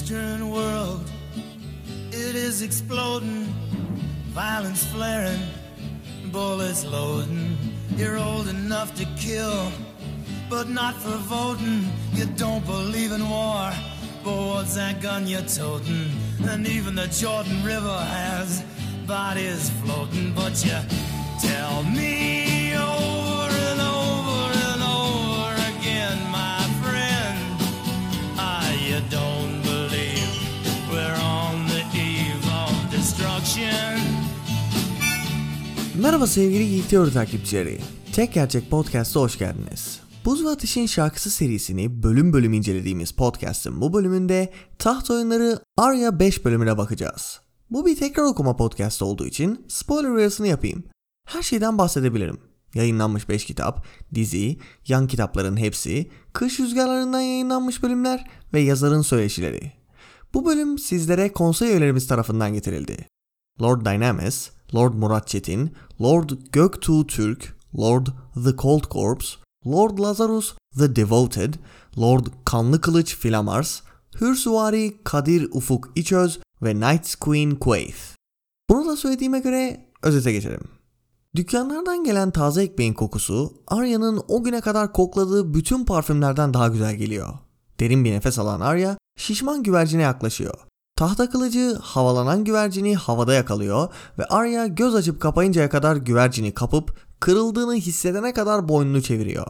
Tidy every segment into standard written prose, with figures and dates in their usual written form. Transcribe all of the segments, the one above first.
Western world, it is exploding, violence flaring, bullets loading. You're old enough to kill, but not for voting. You don't believe in war, but what's that gun you're toting? And even the Jordan River has bodies floating. But you tell me over and over and over again, my friend, you don't believe we're on the eve of destruction. Merhaba sevgili Geek Teori takipçileri. Tek Gerçek Podcast'a hoş geldiniz. Buz ve Ateş'in şarkısı serisini bölüm bölüm incelediğimiz podcast'ın bu bölümünde taht oyunları Arya 5 bölümüne bakacağız. Bu bir tekrar okuma podcast olduğu için spoiler uyarısını yapayım. Her şeyden bahsedebilirim. Yayınlanmış 5 kitap, dizi, yan kitapların hepsi, kış rüzgarlarından yayınlanmış bölümler ve yazarın söyleşileri. Bu bölüm sizlere konsey üyelerimiz tarafından getirildi. Lord Dynamis, Lord Murat Çetin, Lord Göktuğ Türk, Lord The Cold Corpse, Lord Lazarus The Devoted, Lord Kanlı Kılıç Filamars, Hürsüvari Kadir Ufuk İçöz ve Night's Queen Quaithe. Bunu da söylediğime göre özete geçelim. Dükkanlardan gelen taze ekmeğin kokusu Arya'nın o güne kadar kokladığı bütün parfümlerden daha güzel geliyor. Derin bir nefes alan Arya şişman güvercine yaklaşıyor. Tahta kılıcı havalanan güvercini havada yakalıyor ve Arya göz açıp kapayıncaya kadar güvercini kapıp kırıldığını hissedene kadar boynunu çeviriyor.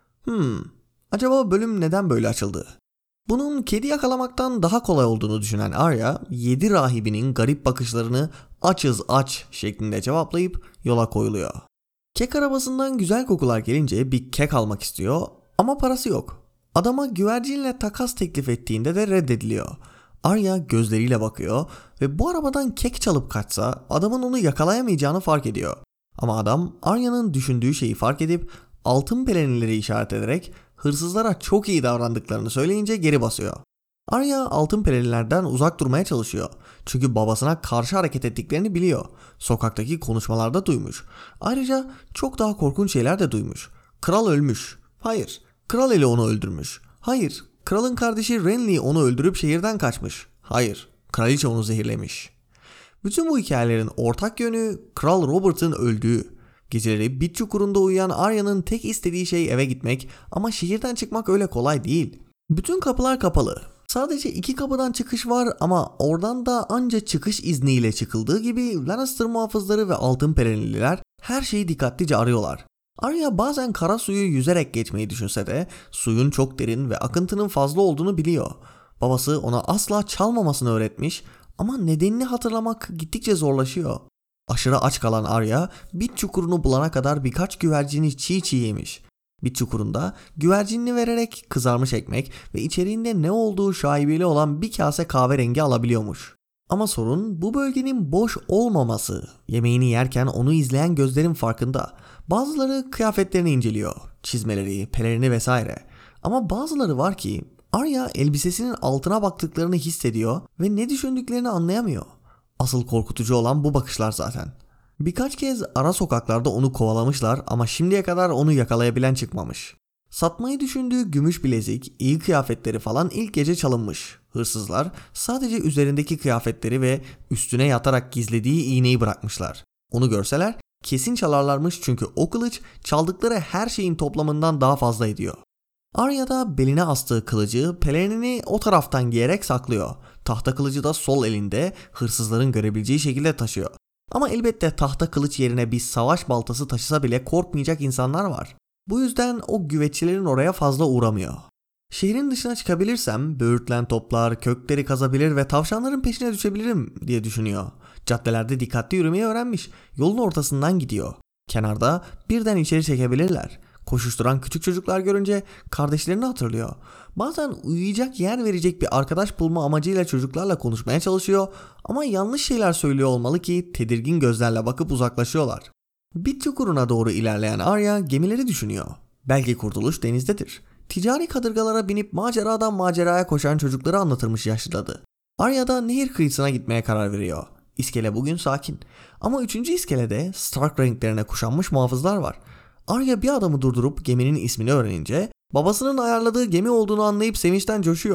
Acaba bölüm neden böyle açıldı? Bunun kedi yakalamaktan daha kolay olduğunu düşünen Arya, 7 rahibinin garip bakışlarını açız aç şeklinde cevaplayıp yola koyuluyor. Kek arabasından güzel kokular gelince bir kek almak istiyor ama parası yok. Adama güvercinle takas teklif ettiğinde de reddediliyor. Arya gözleriyle bakıyor ve bu arabadan kek çalıp kaçsa adamın onu yakalayamayacağını fark ediyor. Ama adam Arya'nın düşündüğü şeyi fark edip altın pelerinleri işaret ederek hırsızlara çok iyi davrandıklarını söyleyince geri basıyor. Arya altın pelerinlerden uzak durmaya çalışıyor. Çünkü babasına karşı hareket ettiklerini biliyor. Sokaktaki konuşmalarda duymuş. Ayrıca çok daha korkunç şeyler de duymuş. Kral ölmüş. Hayır. Kral eli onu öldürmüş. Hayır. Kralın kardeşi Renly onu öldürüp şehirden kaçmış. Hayır. Kraliçe onu zehirlemiş. Bütün bu hikayelerin ortak yönü Kral Robert'ın öldüğü. Geceleri bit çukurunda uyuyan Arya'nın tek istediği şey eve gitmek ama şehirden çıkmak öyle kolay değil. Bütün kapılar kapalı. Sadece 2 kapıdan çıkış var ama oradan da ancak çıkış izniyle çıkıldığı gibi Lannister muhafızları ve altın pelerinliler her şeyi dikkatlice arıyorlar. Arya bazen kara suyu yüzerek geçmeyi düşünse de suyun çok derin ve akıntının fazla olduğunu biliyor. Babası ona asla çalmamasını öğretmiş ama nedenini hatırlamak gittikçe zorlaşıyor. Aşırı aç kalan Arya bit çukurunu bulana kadar birkaç güvercini çiğ çiğ yemiş. Bit çukurunda güvercinini vererek kızarmış ekmek ve içeriğinde ne olduğu şaibeli olan bir kase kahverengi alabiliyormuş. Ama sorun bu bölgenin boş olmaması. Yemeğini yerken onu izleyen gözlerin farkında. Bazıları kıyafetlerini inceliyor, çizmeleri, pelerini vesaire. Ama bazıları var ki Arya elbisesinin altına baktıklarını hissediyor ve ne düşündüklerini anlayamıyor. Asıl korkutucu olan bu bakışlar zaten. Birkaç kez ara sokaklarda onu kovalamışlar ama şimdiye kadar onu yakalayabilen çıkmamış. Satmayı düşündüğü gümüş bilezik, iyi kıyafetleri falan ilk gece çalınmış. Hırsızlar sadece üzerindeki kıyafetleri ve üstüne yatarak gizlediği iğneyi bırakmışlar. Onu görseler kesin çalarlarmış çünkü o kılıç çaldıkları her şeyin toplamından daha fazla ediyor. Arya da beline astığı kılıcı pelerinini o taraftan giyerek saklıyor. Tahta kılıcı da sol elinde hırsızların görebileceği şekilde taşıyor. Ama elbette tahta kılıç yerine bir savaş baltası taşısa bile korkmayacak insanlar var. Bu yüzden o güveççilerin oraya fazla uğramıyor. Şehrin dışına çıkabilirsem böğürtlen toplar, kökleri kazabilir ve tavşanların peşine düşebilirim diye düşünüyor. Caddelerde dikkatli yürümeyi öğrenmiş. Yolun ortasından gidiyor. Kenarda birden içeri çekebilirler. Koşuşturan küçük çocuklar görünce kardeşlerini hatırlıyor. Bazen uyuyacak yer verecek bir arkadaş bulma amacıyla çocuklarla konuşmaya çalışıyor ama yanlış şeyler söylüyor olmalı ki tedirgin gözlerle bakıp uzaklaşıyorlar. Bit çukuruna doğru ilerleyen Arya gemileri düşünüyor. Belki kurtuluş denizdedir. Ticari kadırgalara binip maceradan maceraya koşan çocukları anlatırmış yaşlıdadı. Arya da nehir kıyısına gitmeye karar veriyor. İskele bugün sakin. Ama 3. iskelede Stark renklerine kuşanmış muhafızlar var. Arya bir adamı durdurup geminin ismini öğrenince babasının ayarladığı gemi olduğunu anlayıp sevinçten coşuyor.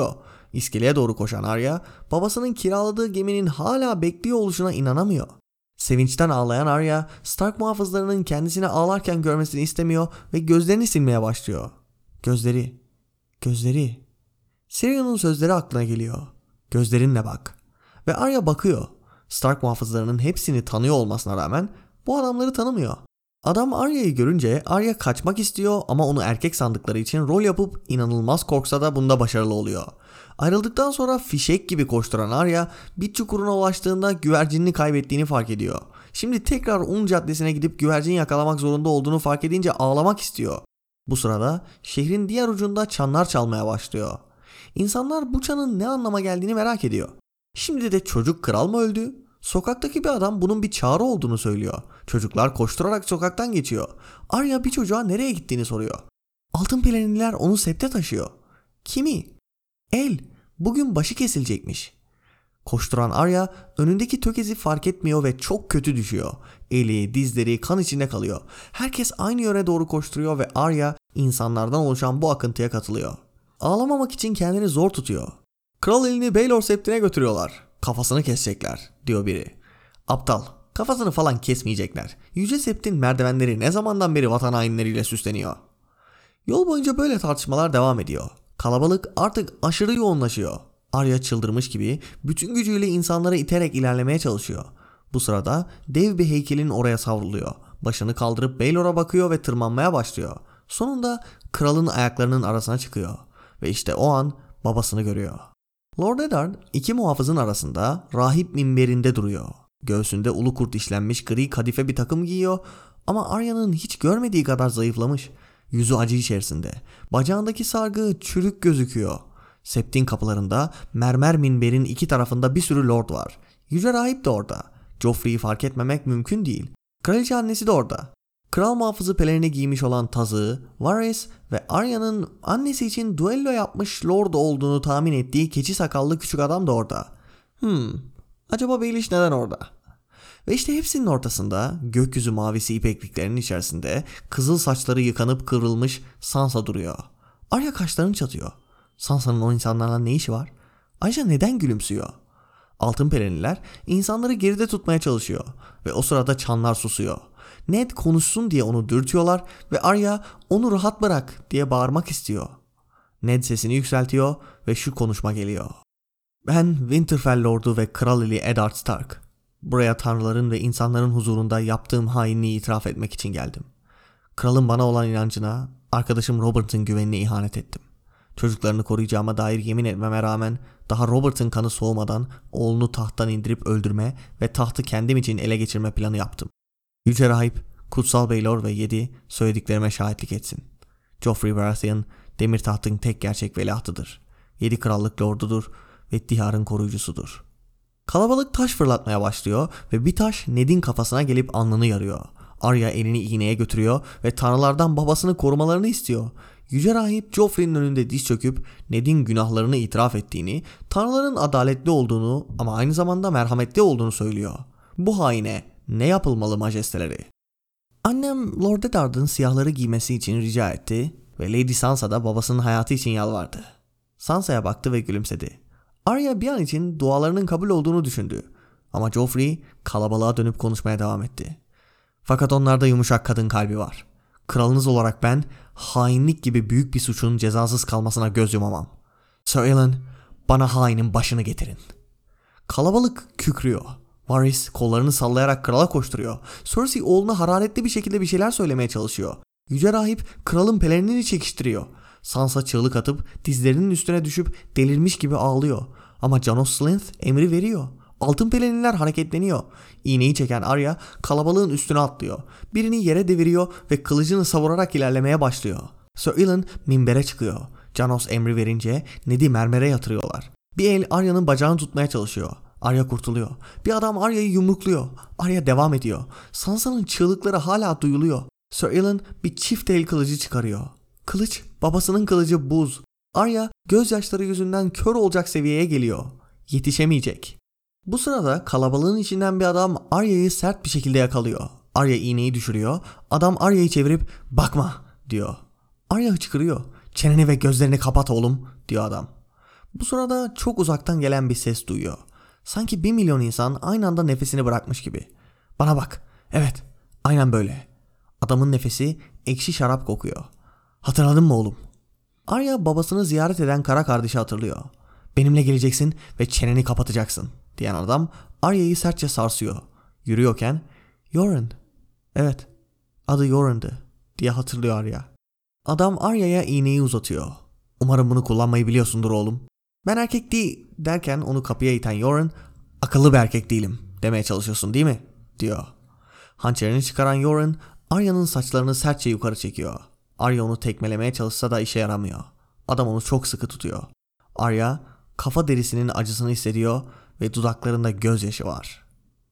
İskeleye doğru koşan Arya, babasının kiraladığı geminin hala bekliyor oluşuna inanamıyor. Sevinçten ağlayan Arya, Stark muhafızlarının kendisini ağlarken görmesini istemiyor ve gözlerini silmeye başlıyor. Gözleri. Tyrion'un sözleri aklına geliyor. Gözlerinle bak. Ve Arya bakıyor. Stark muhafızlarının hepsini tanıyor olmasına rağmen bu adamları tanımıyor. Adam Arya'yı görünce Arya kaçmak istiyor ama onu erkek sandıkları için rol yapıp inanılmaz korksa da bunda başarılı oluyor. Ayrıldıktan sonra fişek gibi koşturan Arya bit çukuruna ulaştığında güvercinini kaybettiğini fark ediyor. Şimdi tekrar Un Caddesi'ne gidip güvercin yakalamak zorunda olduğunu fark edince ağlamak istiyor. Bu sırada şehrin diğer ucunda çanlar çalmaya başlıyor. İnsanlar bu çanın ne anlama geldiğini merak ediyor. Şimdi de çocuk kral mı öldü? Sokaktaki bir adam bunun bir çağrı olduğunu söylüyor. Çocuklar koşturarak sokaktan geçiyor. Arya bir çocuğa nereye gittiğini soruyor. Altın pelerinliler onu septe taşıyor. Kimi? El. Bugün başı kesilecekmiş. Koşturan Arya önündeki tökezi fark etmiyor ve çok kötü düşüyor. Eli, dizleri kan içinde kalıyor. Herkes aynı yöne doğru koşturuyor ve Arya insanlardan oluşan bu akıntıya katılıyor. Ağlamamak için kendini zor tutuyor. Kral elini Baelor septine götürüyorlar. Kafasını kesecekler, diyor biri. Aptal, kafasını falan kesmeyecekler. Yüce Sept'in merdivenleri ne zamandan beri vatan hainleriyle süsleniyor. Yol boyunca böyle tartışmalar devam ediyor. Kalabalık artık aşırı yoğunlaşıyor. Arya çıldırmış gibi bütün gücüyle insanları iterek ilerlemeye çalışıyor. Bu sırada dev bir heykelin oraya savruluyor. Başını kaldırıp Baelor'a bakıyor ve tırmanmaya başlıyor. Sonunda kralın ayaklarının arasına çıkıyor. Ve işte o an babasını görüyor. Lord Eddard iki muhafızın arasında rahip minberinde duruyor. Göğsünde ulu kurt işlenmiş gri kadife bir takım giyiyor ama Arya'nın hiç görmediği kadar zayıflamış. Yüzü acı içerisinde. Bacağındaki sargı çürük gözüküyor. Septin kapılarında mermer minberin iki tarafında bir sürü lord var. Yüce rahip de orada. Joffrey'i fark etmemek mümkün değil. Kraliçe annesi de orada. Kral muhafızı pelerini giymiş olan Tazı, Varys ve Arya'nın annesi için duello yapmış lord olduğunu tahmin ettiği keçi sakallı küçük adam da orada. Acaba Baelish neden orada? Ve işte hepsinin ortasında gökyüzü mavisi ipekliklerinin içerisinde kızıl saçları yıkanıp kıvrılmış Sansa duruyor. Arya kaşlarını çatıyor. Sansa'nın o insanlarla ne işi var? Ayrıca neden gülümsüyor? Altın pelerinliler insanları geride tutmaya çalışıyor ve o sırada çanlar susuyor. Ned konuşsun diye onu dürtüyorlar ve Arya onu rahat bırak diye bağırmak istiyor. Ned sesini yükseltiyor ve şu konuşma geliyor. Ben Winterfell Lordu ve Kral Eli Eddard Stark. Buraya tanrıların ve insanların huzurunda yaptığım hainliği itiraf etmek için geldim. Kralın bana olan inancına, arkadaşım Robert'ın güvenine ihanet ettim. Çocuklarını koruyacağıma dair yemin etmeme rağmen daha Robert'ın kanı soğumadan oğlunu tahttan indirip öldürme ve tahtı kendim için ele geçirme planı yaptım. Yüce Rahip, Kutsal Baelor ve 7 söylediklerime şahitlik etsin. Joffrey Baratheon, Demir Taht'ın tek gerçek veliahtıdır. 7 krallık lordudur ve diyarın koruyucusudur. Kalabalık taş fırlatmaya başlıyor ve bir taş Ned'in kafasına gelip alnını yarıyor. Arya elini iğneye götürüyor ve tanrılardan babasını korumalarını istiyor. Yüce Rahip Joffrey'nin önünde diz çöküp Ned'in günahlarını itiraf ettiğini, tanrıların adaletli olduğunu ama aynı zamanda merhametli olduğunu söylüyor. Bu haine ne yapılmalı majesteleri? Annem Lord Eddard'ın siyahları giymesi için rica etti ve Lady Sansa da babasının hayatı için yalvardı. Sansa'ya baktı ve gülümsedi. Arya bir an için dualarının kabul olduğunu düşündü. Ama Joffrey kalabalığa dönüp konuşmaya devam etti. Fakat onlarda yumuşak kadın kalbi var. Kralınız olarak ben hainlik gibi büyük bir suçun cezasız kalmasına göz yumamam. Sir Aegon, bana hainin başını getirin. Kalabalık kükrüyor. Varys kollarını sallayarak krala koşturuyor. Cersei oğluna hararetli bir şekilde bir şeyler söylemeye çalışıyor. Yüce Rahip kralın pelerinini çekiştiriyor. Sansa çığlık atıp dizlerinin üstüne düşüp delirmiş gibi ağlıyor. Ama Janos Slynt emri veriyor. Altın pelerinliler hareketleniyor. İğneyi çeken Arya kalabalığın üstüne atlıyor. Birini yere deviriyor ve kılıcını savurarak ilerlemeye başlıyor. Sir Aegon minbere çıkıyor. Janos emri verince Ned'i mermere yatırıyorlar. Bir el Arya'nın bacağını tutmaya çalışıyor. Arya kurtuluyor. Bir adam Arya'yı yumrukluyor. Arya devam ediyor. Sansa'nın çığlıkları hala duyuluyor. Sir Aegon bir çift el kılıcı çıkarıyor. Kılıç, babasının kılıcı buz. Arya gözyaşları yüzünden kör olacak seviyeye geliyor. Yetişemeyecek. Bu sırada kalabalığın içinden bir adam Arya'yı sert bir şekilde yakalıyor. Arya iğneyi düşürüyor. Adam Arya'yı çevirip bakma diyor. Arya hıçkırıyor. Çeneni ve gözlerini kapat oğlum diyor adam. Bu sırada çok uzaktan gelen bir ses duyuyor. Sanki 1 milyon insan aynı anda nefesini bırakmış gibi. Bana bak. Evet, aynen böyle. Adamın nefesi ekşi şarap kokuyor. Hatırladın mı oğlum? Arya babasını ziyaret eden kara kardeşi hatırlıyor. Benimle geleceksin ve çeneni kapatacaksın diyen adam Arya'yı sertçe sarsıyor. Yürüyorken Yoren. Evet, adı Yoren'dı diye hatırlıyor Arya. Adam Arya'ya iğneyi uzatıyor. Umarım bunu kullanmayı biliyorsundur oğlum. Ben erkek değil derken onu kapıya iten Yoren, akıllı bir erkek değilim demeye çalışıyorsun değil mi? Diyor. Hançerini çıkaran Yoren Arya'nın saçlarını sertçe yukarı çekiyor. Arya onu tekmelemeye çalışsa da işe yaramıyor. Adam onu çok sıkı tutuyor. Arya kafa derisinin acısını hissediyor ve dudaklarında gözyaşı var.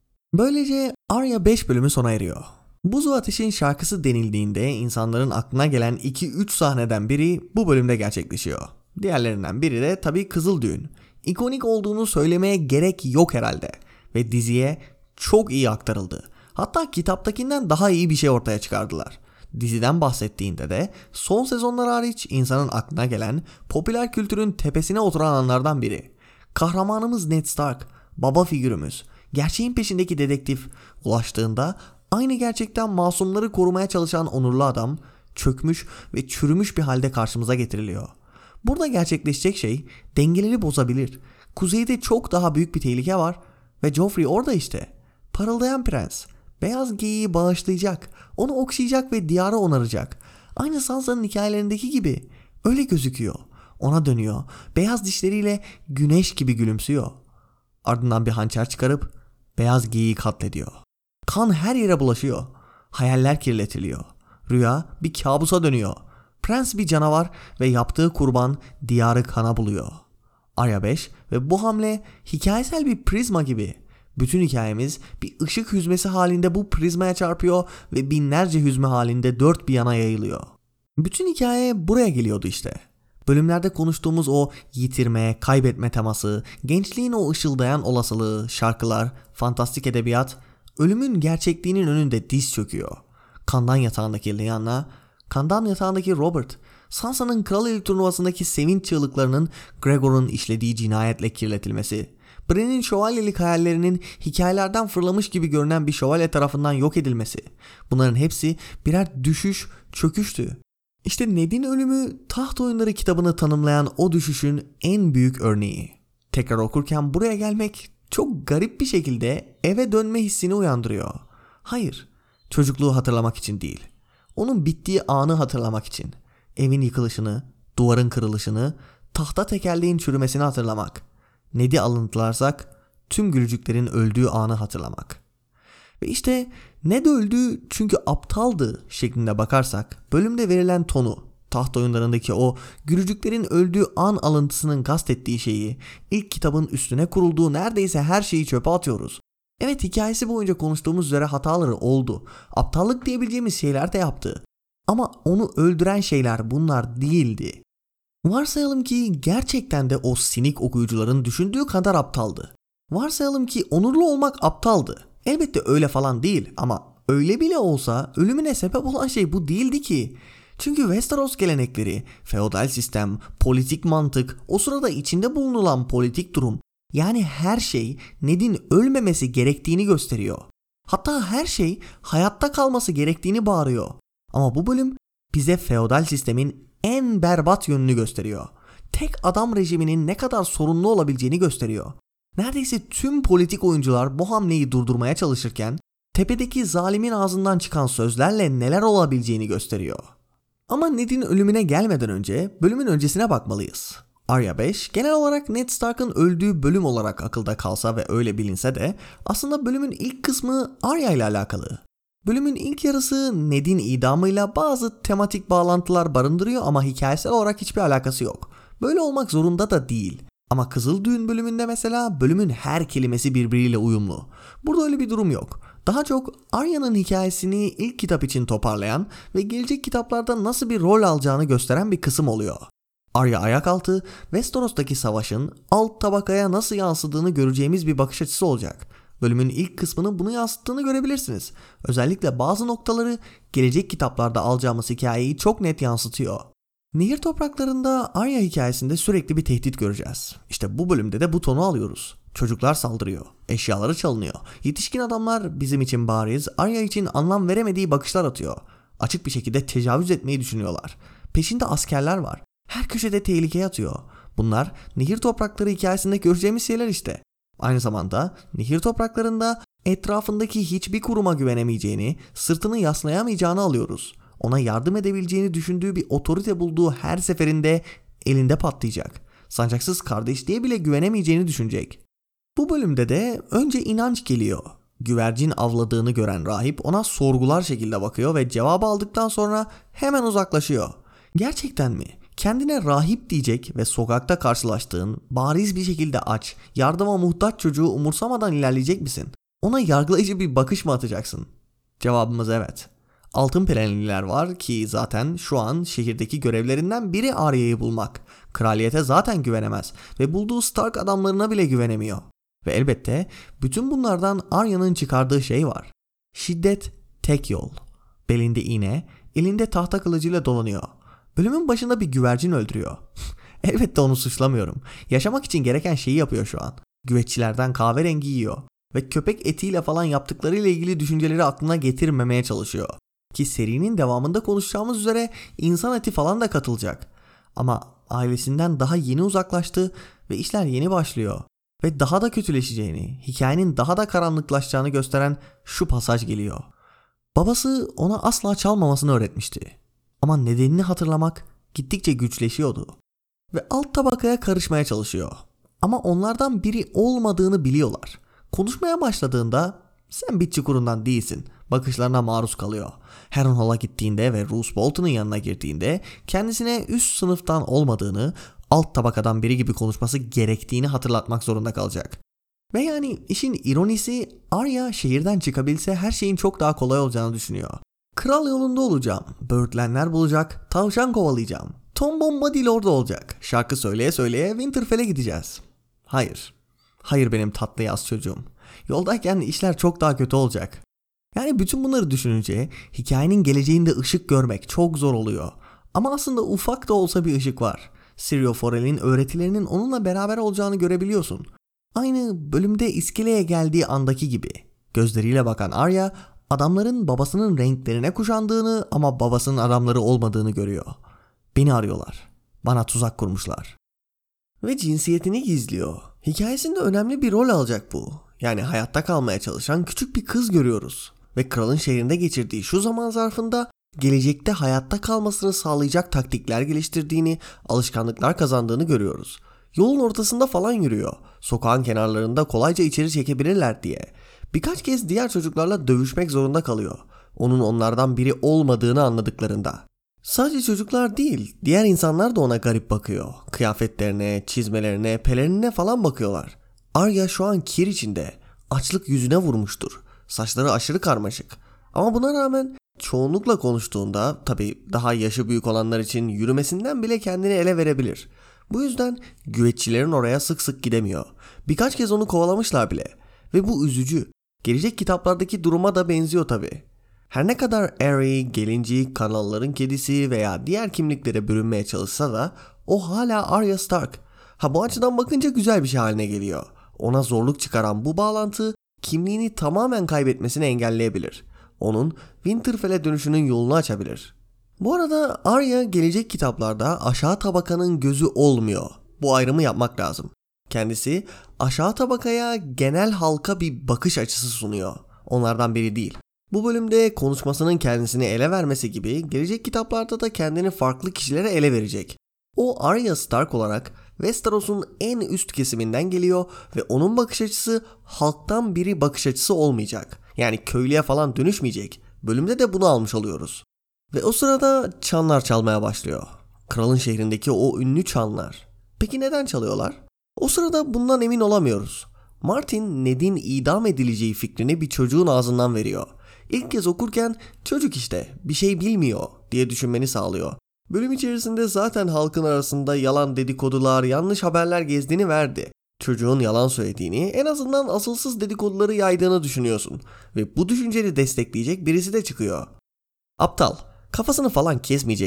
Böylece Arya 5 bölümü sona eriyor. Buz ve Ateş'in şarkısı denildiğinde insanların aklına gelen 2-3 sahneden biri bu bölümde gerçekleşiyor. Diğerlerinden biri de tabii Kızıl Düğün. İkonik olduğunu söylemeye gerek yok herhalde. Ve diziye çok iyi aktarıldı. Hatta kitaptakinden daha iyi bir şey ortaya çıkardılar. Diziden bahsettiğinde de son sezonlar hariç insanın aklına gelen popüler kültürün tepesine oturan anlardan biri. Kahramanımız Ned Stark, baba figürümüz, gerçeğin peşindeki dedektif ulaştığında aynı gerçekten masumları korumaya çalışan onurlu adam çökmüş ve çürümüş bir halde karşımıza getiriliyor. Burada gerçekleşecek şey dengeleri bozabilir. Kuzeyde çok daha büyük bir tehlike var ve Joffrey orada işte. Parıldayan prens. Beyaz geyiği bağışlayacak, onu okşayacak ve diyarı onaracak. Aynı Sansa'nın hikayelerindeki gibi. Öyle gözüküyor. Ona dönüyor. Beyaz dişleriyle güneş gibi gülümsüyor. Ardından bir hançer çıkarıp beyaz geyiği katlediyor. Kan her yere bulaşıyor. Hayaller kirletiliyor. Rüya bir kabusa dönüyor. Prens bir canavar ve yaptığı kurban diyarı kana buluyor. Arya 5 ve bu hamle hikayesel bir prizma gibi. Bütün hikayemiz bir ışık hüzmesi halinde bu prizmaya çarpıyor ve binlerce hüzme halinde dört bir yana yayılıyor. Bütün hikaye buraya geliyordu işte. Bölümlerde konuştuğumuz o yitirme, kaybetme teması, gençliğin o ışıldayan olasılığı, şarkılar, fantastik edebiyat, ölümün gerçekliğinin önünde diz çöküyor. Kandan yatağındaki Lyanna, kandan yatağındaki Robert, Sansa'nın Kral turnuvasındaki sevinç çığlıklarının Gregor'un işlediği cinayetle kirletilmesi, Bran'in şövalyelik hayallerinin hikayelerden fırlamış gibi görünen bir şövalye tarafından yok edilmesi. Bunların hepsi birer düşüş, çöküştü. İşte Ned'in ölümü Taht Oyunları kitabını tanımlayan o düşüşün en büyük örneği. Tekrar okurken buraya gelmek çok garip bir şekilde eve dönme hissini uyandırıyor. Hayır, çocukluğu hatırlamak için değil. Onun bittiği anı hatırlamak için. Evin yıkılışını, duvarın kırılışını, tahta tekerleğin çürümesini hatırlamak. Ned'i alıntılarsak tüm gülücüklerin öldüğü anı hatırlamak. Ve işte Ned öldü çünkü aptaldı şeklinde bakarsak bölümde verilen tonu, taht oyunlarındaki o gülücüklerin öldüğü an alıntısının kastettiği şeyi, ilk kitabın üstüne kurulduğu neredeyse her şeyi çöpe atıyoruz. Evet, hikayesi boyunca konuştuğumuz üzere hataları oldu. Aptallık diyebileceğimiz şeyler de yaptı. Ama onu öldüren şeyler bunlar değildi. Varsayalım ki gerçekten de o sinik okuyucuların düşündüğü kadar aptaldı. Varsayalım ki onurlu olmak aptaldı. Elbette öyle falan değil ama öyle bile olsa ölümüne sebep olan şey bu değildi ki. Çünkü Westeros gelenekleri, feodal sistem, politik mantık, o sırada içinde bulunulan politik durum, yani her şey Ned'in ölmemesi gerektiğini gösteriyor. Hatta her şey hayatta kalması gerektiğini bağırıyor. Ama bu bölüm bize feodal sistemin en berbat yönünü gösteriyor. Tek adam rejiminin ne kadar sorunlu olabileceğini gösteriyor. Neredeyse tüm politik oyuncular bu hamleyi durdurmaya çalışırken tepedeki zalimin ağzından çıkan sözlerle neler olabileceğini gösteriyor. Ama Ned'in ölümüne gelmeden önce bölümün öncesine bakmalıyız. Arya 5 genel olarak Ned Stark'ın öldüğü bölüm olarak akılda kalsa ve öyle bilinse de aslında bölümün ilk kısmı Arya ile alakalı. Bölümün ilk yarısı Ned'in idamıyla bazı tematik bağlantılar barındırıyor ama hikayesel olarak hiçbir alakası yok. Böyle olmak zorunda da değil. Ama Kızıl Düğün bölümünde mesela bölümün her kelimesi birbiriyle uyumlu. Burada öyle bir durum yok. Daha çok Arya'nın hikayesini ilk kitap için toparlayan ve gelecek kitaplarda nasıl bir rol alacağını gösteren bir kısım oluyor. Arya Ayakaltı, Westeros'taki savaşın alt tabakaya nasıl yansıdığını göreceğimiz bir bakış açısı olacak. Bölümün ilk kısmının bunu yansıttığını görebilirsiniz. Özellikle bazı noktaları gelecek kitaplarda alacağımız hikayeyi çok net yansıtıyor. Nehir topraklarında Arya hikayesinde sürekli bir tehdit göreceğiz. İşte bu bölümde de bu tonu alıyoruz. Çocuklar saldırıyor, eşyaları çalınıyor. Yetişkin adamlar bizim için bariz, Arya için anlam veremediği bakışlar atıyor. Açık bir şekilde tecavüz etmeyi düşünüyorlar. Peşinde askerler var. Her köşede tehlikeye atıyor. Bunlar nehir toprakları hikayesinde göreceğimiz şeyler işte. Aynı zamanda nehir topraklarında etrafındaki hiçbir kuruma güvenemeyeceğini, sırtını yaslayamayacağını alıyoruz. Ona yardım edebileceğini düşündüğü bir otorite bulduğu her seferinde elinde patlayacak. Sancaksız kardeşliğe bile güvenemeyeceğini düşünecek. Bu bölümde de önce inanç geliyor. Güvercin avladığını gören rahip ona sorgular şekilde bakıyor ve cevabı aldıktan sonra hemen uzaklaşıyor. Gerçekten mi? Kendine rahip diyecek ve sokakta karşılaştığın bariz bir şekilde aç, yardıma muhtaç çocuğu umursamadan ilerleyecek misin? Ona yargılayıcı bir bakış mı atacaksın? Cevabımız evet. Altın Perenliler var ki zaten şu an şehirdeki görevlerinden biri Arya'yı bulmak. Kraliyete zaten güvenemez ve bulduğu Stark adamlarına bile güvenemiyor. Ve elbette bütün bunlardan Arya'nın çıkardığı şey var. Şiddet tek yol. Belinde iğne, elinde tahta kılıcıyla dolanıyor. Bölümün başında bir güvercin öldürüyor. Elbette onu suçlamıyorum. Yaşamak için gereken şeyi yapıyor şu an. Güveççilerden kahverengi yiyor. Ve köpek etiyle falan yaptıklarıyla ilgili düşünceleri aklına getirmemeye çalışıyor. Ki serinin devamında konuşacağımız üzere insan eti falan da katılacak. Ama ailesinden daha yeni uzaklaştı ve işler yeni başlıyor. Ve daha da kötüleşeceğini, hikayenin daha da karanlıklaşacağını gösteren şu pasaj geliyor. Babası ona asla çalmamasını öğretmişti. Ama nedenini hatırlamak gittikçe güçleşiyordu. Ve alt tabakaya karışmaya çalışıyor. Ama onlardan biri olmadığını biliyorlar. Konuşmaya başladığında sen bir çukurundan değilsin bakışlarına maruz kalıyor. Harrenhal'a gittiğinde ve Roose Bolton'un yanına girdiğinde kendisine üst sınıftan olmadığını, alt tabakadan biri gibi konuşması gerektiğini hatırlatmak zorunda kalacak. Ve yani işin ironisi Arya şehirden çıkabilse her şeyin çok daha kolay olacağını düşünüyor. Kral yolunda olacağım, böğürtlenler bulacak, tavşan kovalayacağım, Tom Bombadil orada olacak, şarkı söyleye söyleye Winterfell'e gideceğiz. Hayır. Hayır benim tatlı yaz çocuğum. Yoldayken işler çok daha kötü olacak. Yani bütün bunları düşününce hikayenin geleceğinde ışık görmek çok zor oluyor. Ama aslında ufak da olsa bir ışık var. Syrio Forel'in öğretilerinin onunla beraber olacağını görebiliyorsun. Aynı bölümde iskeleye geldiği andaki gibi. Gözleriyle bakan Arya adamların babasının renklerine kuşandığını ama babasının adamları olmadığını görüyor. Beni arıyorlar. Bana tuzak kurmuşlar. Ve cinsiyetini gizliyor. Hikayesinde önemli bir rol alacak bu. Yani hayatta kalmaya çalışan küçük bir kız görüyoruz. Ve kralın şehrinde geçirdiği şu zaman zarfında gelecekte hayatta kalmasını sağlayacak taktikler geliştirdiğini, alışkanlıklar kazandığını görüyoruz. Yolun ortasında falan yürüyor. Sokağın kenarlarında kolayca içeri çekebilirler diye. Birkaç kez diğer çocuklarla dövüşmek zorunda kalıyor. Onun onlardan biri olmadığını anladıklarında. Sadece çocuklar değil, diğer insanlar da ona garip bakıyor. Kıyafetlerine, çizmelerine, pelerinine falan bakıyorlar. Arya şu an kir içinde. Açlık yüzüne vurmuştur. Saçları aşırı karmaşık. Ama buna rağmen çoğunlukla konuştuğunda, tabii daha yaşı büyük olanlar için yürümesinden bile kendini ele verebilir. Bu yüzden güveççilerin oraya sık sık gidemiyor. Birkaç kez onu kovalamışlar bile. Ve bu üzücü. Gelecek kitaplardaki duruma da benziyor tabii. Her ne kadar Arry, gelincik, kanalların kedisi veya diğer kimliklere bürünmeye çalışsa da o hala Arya Stark. Bu açıdan bakınca güzel bir şey haline geliyor. Ona zorluk çıkaran bu bağlantı kimliğini tamamen kaybetmesini engelleyebilir. Onun Winterfell'e dönüşünün yolunu açabilir. Bu arada Arya gelecek kitaplarda aşağı tabakanın gözü olmuyor. Bu ayrımı yapmak lazım. Kendisi aşağı tabakaya genel halka bir bakış açısı sunuyor. Onlardan biri değil. Bu bölümde konuşmasının kendisini ele vermesi gibi gelecek kitaplarda da kendini farklı kişilere ele verecek. O Arya Stark olarak Westeros'un en üst kesiminden geliyor ve onun bakış açısı halktan biri bakış açısı olmayacak. Yani köylüye falan dönüşmeyecek. Bölümde de bunu almış oluyoruz. Ve o sırada çanlar çalmaya başlıyor. Kralın şehrindeki o ünlü çanlar. Peki neden çalıyorlar? O sırada bundan emin olamıyoruz. Martin Ned'in idam edileceği fikrini bir çocuğun ağzından veriyor. İlk kez okurken çocuk işte bir şey bilmiyor diye düşünmeni sağlıyor. Bölüm içerisinde zaten halkın arasında yalan dedikodular, yanlış haberler gezdiğini verdi. Çocuğun yalan söylediğini, en azından asılsız dedikoduları yaydığını düşünüyorsun. Ve bu düşünceni destekleyecek birisi de çıkıyor. Aptal, kafasını falan kesmeyecekler.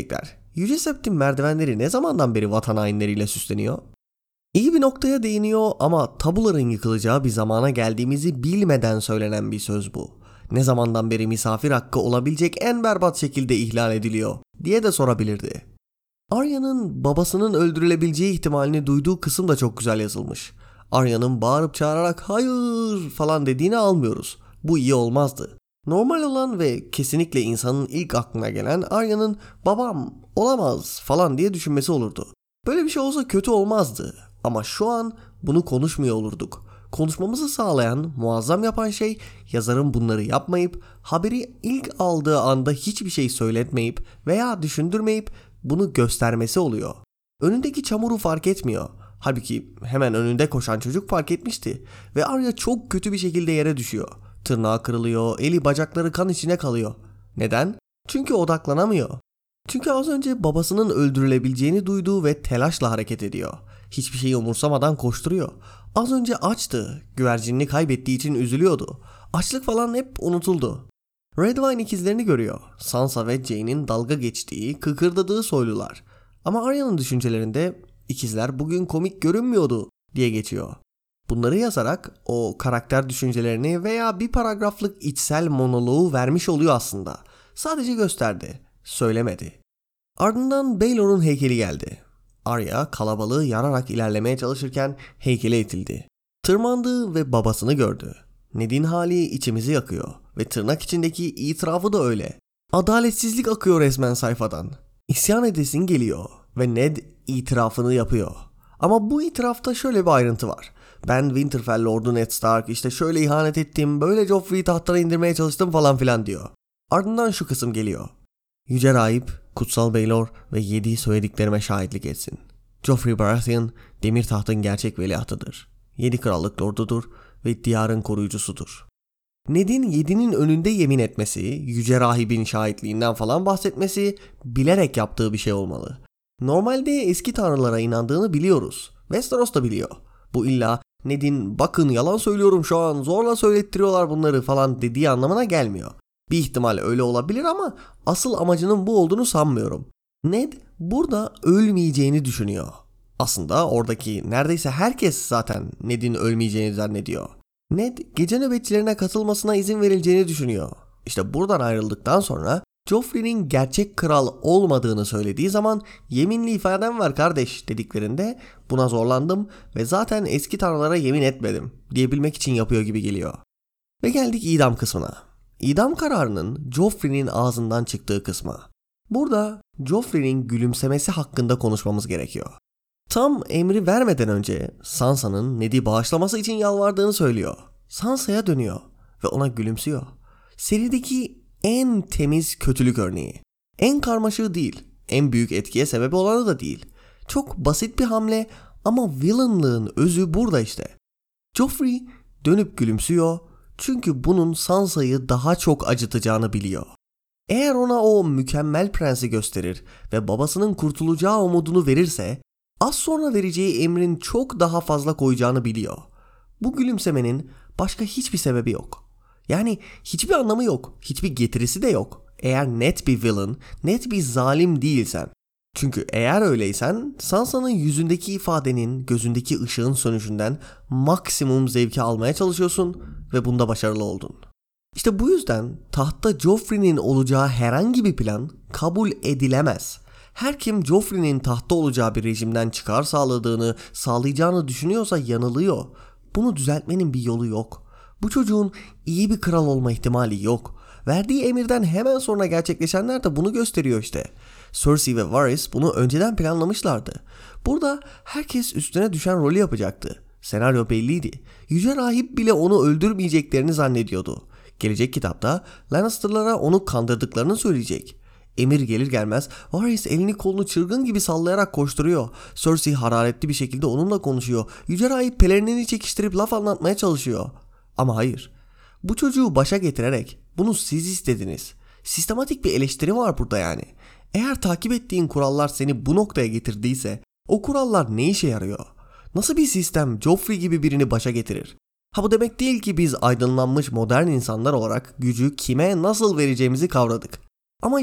Yüce Septim merdivenleri ne zamandan beri vatan hainleriyle süsleniyor? İyi bir noktaya değiniyor ama tabuların yıkılacağı bir zamana geldiğimizi bilmeden söylenen bir söz bu. Ne zamandan beri misafir hakkı olabilecek en berbat şekilde ihlal ediliyor diye de sorabilirdi. Arya'nın babasının öldürülebileceği ihtimalini duyduğu kısım da çok güzel yazılmış. Arya'nın bağırıp çağırarak hayır falan dediğini almıyoruz. Bu iyi olmazdı. Normal olan ve kesinlikle insanın ilk aklına gelen Arya'nın babam olamaz falan diye düşünmesi olurdu. Böyle bir şey olsa kötü olmazdı. Ama şu an bunu konuşmuyor olurduk. Konuşmamızı sağlayan, muazzam yapan şey yazarın bunları yapmayıp, haberi ilk aldığı anda hiçbir şey söyletmeyip veya düşündürmeyip bunu göstermesi oluyor. Önündeki çamuru fark etmiyor. Halbuki hemen önünde koşan çocuk fark etmişti ve Arya çok kötü bir şekilde yere düşüyor. Tırnağı kırılıyor, eli bacakları kan içine kalıyor. Neden? Çünkü odaklanamıyor. Çünkü az önce babasının öldürülebileceğini duyduğu ve telaşla hareket ediyor. Hiçbir şeyi umursamadan koşturuyor. Az önce açtı, güvercinini kaybettiği için üzülüyordu. Açlık falan hep unutuldu. Redwine ikizlerini görüyor. Sansa ve Jaime'in dalga geçtiği, kıkırdadığı soylular. Ama Arya'nın düşüncelerinde ikizler bugün komik görünmüyordu diye geçiyor. Bunları yazarak o karakter düşüncelerini veya bir paragraflık içsel monoloğu vermiş oluyor aslında. Sadece gösterdi, söylemedi. Ardından Baelor'un heykeli geldi. Arya kalabalığı yararak ilerlemeye çalışırken heykele itildi. Tırmandı ve babasını gördü. Ned'in hali içimizi yakıyor ve tırnak içindeki itirafı da öyle. Adaletsizlik akıyor resmen sayfadan. İsyan edesin geliyor ve Ned itirafını yapıyor. Ama bu itirafta şöyle bir ayrıntı var. Ben Winterfell Lord'u Ned Stark işte şöyle ihanet ettim, böyle Joffrey'i tahttan indirmeye çalıştım falan filan diyor. Ardından şu kısım geliyor. Yüce Rahip, Kutsal Baelor ve 7 söylediklerime şahitlik etsin. Joffrey Baratheon, Demir Taht'ın gerçek veliahtıdır. 7 krallık lordudur ve diyarın koruyucusudur. Ned'in 7'nin önünde yemin etmesi, Yüce Rahib'in şahitliğinden falan bahsetmesi bilerek yaptığı bir şey olmalı. Normalde eski tanrılara inandığını biliyoruz. Westeros da biliyor. Bu illa Ned'in bakın yalan söylüyorum şu an zorla söylettiriyorlar bunları falan dediği anlamına gelmiyor. Bir ihtimal öyle olabilir ama asıl amacının bu olduğunu sanmıyorum. Ned burada ölmeyeceğini düşünüyor. Aslında oradaki neredeyse herkes zaten Ned'in ölmeyeceğini zannediyor. Ned gece nöbetçilerine katılmasına izin verileceğini düşünüyor. İşte buradan ayrıldıktan sonra Joffrey'nin gerçek kral olmadığını söylediği zaman yeminli ifadem var kardeş dediklerinde buna zorlandım ve zaten eski tanrılara yemin etmedim diyebilmek için yapıyor gibi geliyor. Ve geldik idam kısmına. İdam kararının Joffrey'nin ağzından çıktığı kısma. Burada Joffrey'nin gülümsemesi hakkında konuşmamız gerekiyor. Tam emri vermeden önce Sansa'nın Ned'i bağışlaması için yalvardığını söylüyor. Sansa'ya dönüyor ve ona gülümsüyor. Serideki en temiz kötülük örneği. En karmaşığı değil, en büyük etkiye sebep olanı da değil. Çok basit bir hamle ama villainlığın özü burada işte. Joffrey dönüp gülümsüyor çünkü bunun Sansa'yı daha çok acıtacağını biliyor. Eğer ona o mükemmel prensi gösterir ve babasının kurtulacağı umudunu verirse az sonra vereceği emrin çok daha fazla koyacağını biliyor. Bu gülümsemenin başka hiçbir sebebi yok. Yani hiçbir anlamı yok, hiçbir getirisi de yok. Eğer net bir villain, net bir zalim değilsen. Çünkü eğer öyleysen Sansa'nın yüzündeki ifadenin, gözündeki ışığın sönüşünden maksimum zevki almaya çalışıyorsun ve bunda başarılı oldun. İşte bu yüzden tahtta Joffrey'nin olacağı herhangi bir plan kabul edilemez. Her kim Joffrey'nin tahtta olacağı bir rejimden çıkar sağlayacağını düşünüyorsa yanılıyor. Bunu düzeltmenin bir yolu yok. Bu çocuğun iyi bir kral olma ihtimali yok. Verdiği emirden hemen sonra gerçekleşenler de bunu gösteriyor işte. Cersei ve Varys bunu önceden planlamışlardı. Burada herkes üstüne düşen rolü yapacaktı. Senaryo belliydi. Yüce Rahip bile onu öldürmeyeceklerini zannediyordu. Gelecek kitapta Lannister'lara onu kandırdıklarını söyleyecek. Emir gelir gelmez Varys elini kolunu çılgın gibi sallayarak koşturuyor. Cersei hararetli bir şekilde onunla konuşuyor. Yüce Rahip pelerinini çekiştirip laf anlatmaya çalışıyor. Ama hayır. Bu çocuğu başa getirerek bunu siz istediniz. Sistematik bir eleştiri var burada yani. Eğer takip ettiğin kurallar seni bu noktaya getirdiyse o kurallar ne işe yarıyor? Nasıl bir sistem Joffrey gibi birini başa getirir? Ha bu demek değil ki biz aydınlanmış modern insanlar olarak gücü kime nasıl vereceğimizi kavradık. Ama işte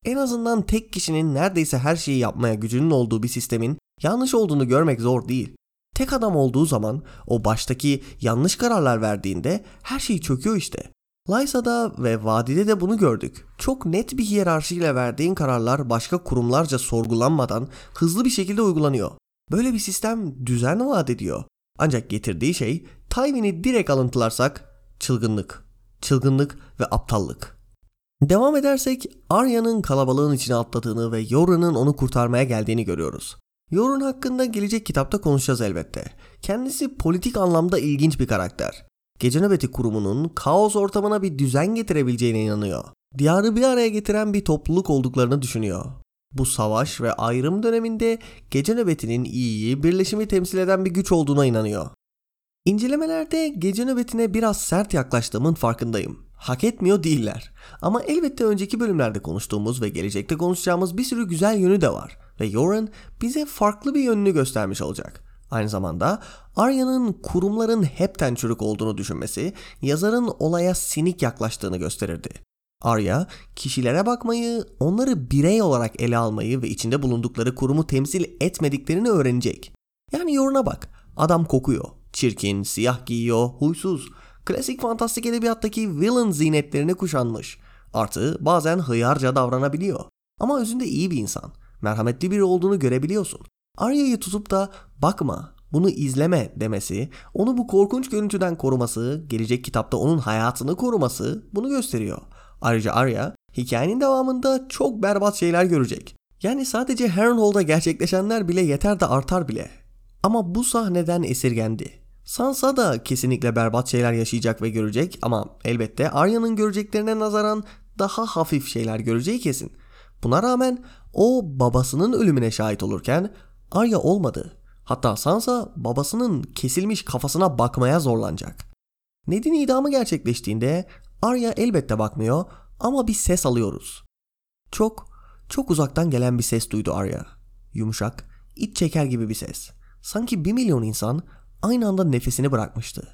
En azından tek kişinin neredeyse her şeyi yapmaya gücünün olduğu bir sistemin yanlış olduğunu görmek zor değil. Tek adam olduğu zaman o baştaki yanlış kararlar verdiğinde her şey çöküyor işte. Lysa'da ve vadide de bunu gördük. Çok net bir hiyerarşiyle verdiğin kararlar başka kurumlarca sorgulanmadan hızlı bir şekilde uygulanıyor. Böyle bir sistem düzen vaat ediyor. Ancak getirdiği şey Tywin'i direkt alıntılarsak çılgınlık. Çılgınlık ve aptallık. Devam edersek Arya'nın kalabalığın içine atladığını ve Yoren'ın onu kurtarmaya geldiğini görüyoruz. Yoren hakkında gelecek kitapta konuşacağız elbette. Kendisi politik anlamda ilginç bir karakter. Gece nöbeti kurumunun kaos ortamına bir düzen getirebileceğine inanıyor. Diyarı bir araya getiren bir topluluk olduklarını düşünüyor. Bu savaş ve ayrım döneminde gece nöbetinin iyiyi, birleşimi temsil eden bir güç olduğuna inanıyor. İncelemelerde gece nöbetine biraz sert yaklaştığımın farkındayım. Hak etmiyor değiller. Ama elbette önceki bölümlerde konuştuğumuz ve gelecekte konuşacağımız bir sürü güzel yönü de var. Ve Yoren bize farklı bir yönünü göstermiş olacak. Aynı zamanda Arya'nın kurumların hepten çürük olduğunu düşünmesi yazarın olaya sinik yaklaştığını gösterirdi. Arya kişilere bakmayı, onları birey olarak ele almayı ve içinde bulundukları kurumu temsil etmediklerini öğrenecek. Yani Yoren'a bak, adam kokuyor, çirkin, siyah giyiyor, huysuz, klasik fantastik edebiyattaki villain zinetlerini kuşanmış. Artı bazen hıyarca davranabiliyor. Ama özünde iyi bir insan, merhametli biri olduğunu görebiliyorsun. Arya'yı tutup da bakma, bunu izleme demesi, onu bu korkunç görüntüden koruması, gelecek kitapta onun hayatını koruması bunu gösteriyor. Ayrıca Arya hikayenin devamında çok berbat şeyler görecek. Yani sadece Harrenhal'da gerçekleşenler bile yeter de artar bile. Ama bu sahneden esirgendi. Sansa da kesinlikle berbat şeyler yaşayacak ve görecek ama elbette Arya'nın göreceklerine nazaran daha hafif şeyler göreceği kesin. Buna rağmen o babasının ölümüne şahit olurken Arya olmadı. Hatta Sansa babasının kesilmiş kafasına bakmaya zorlanacak. Ned'in idamı gerçekleştiğinde Arya elbette bakmıyor ama bir ses alıyoruz. Çok uzaktan gelen bir ses duydu Arya. Yumuşak, iç çeker gibi bir ses. Sanki 1 milyon insan aynı anda nefesini bırakmıştı.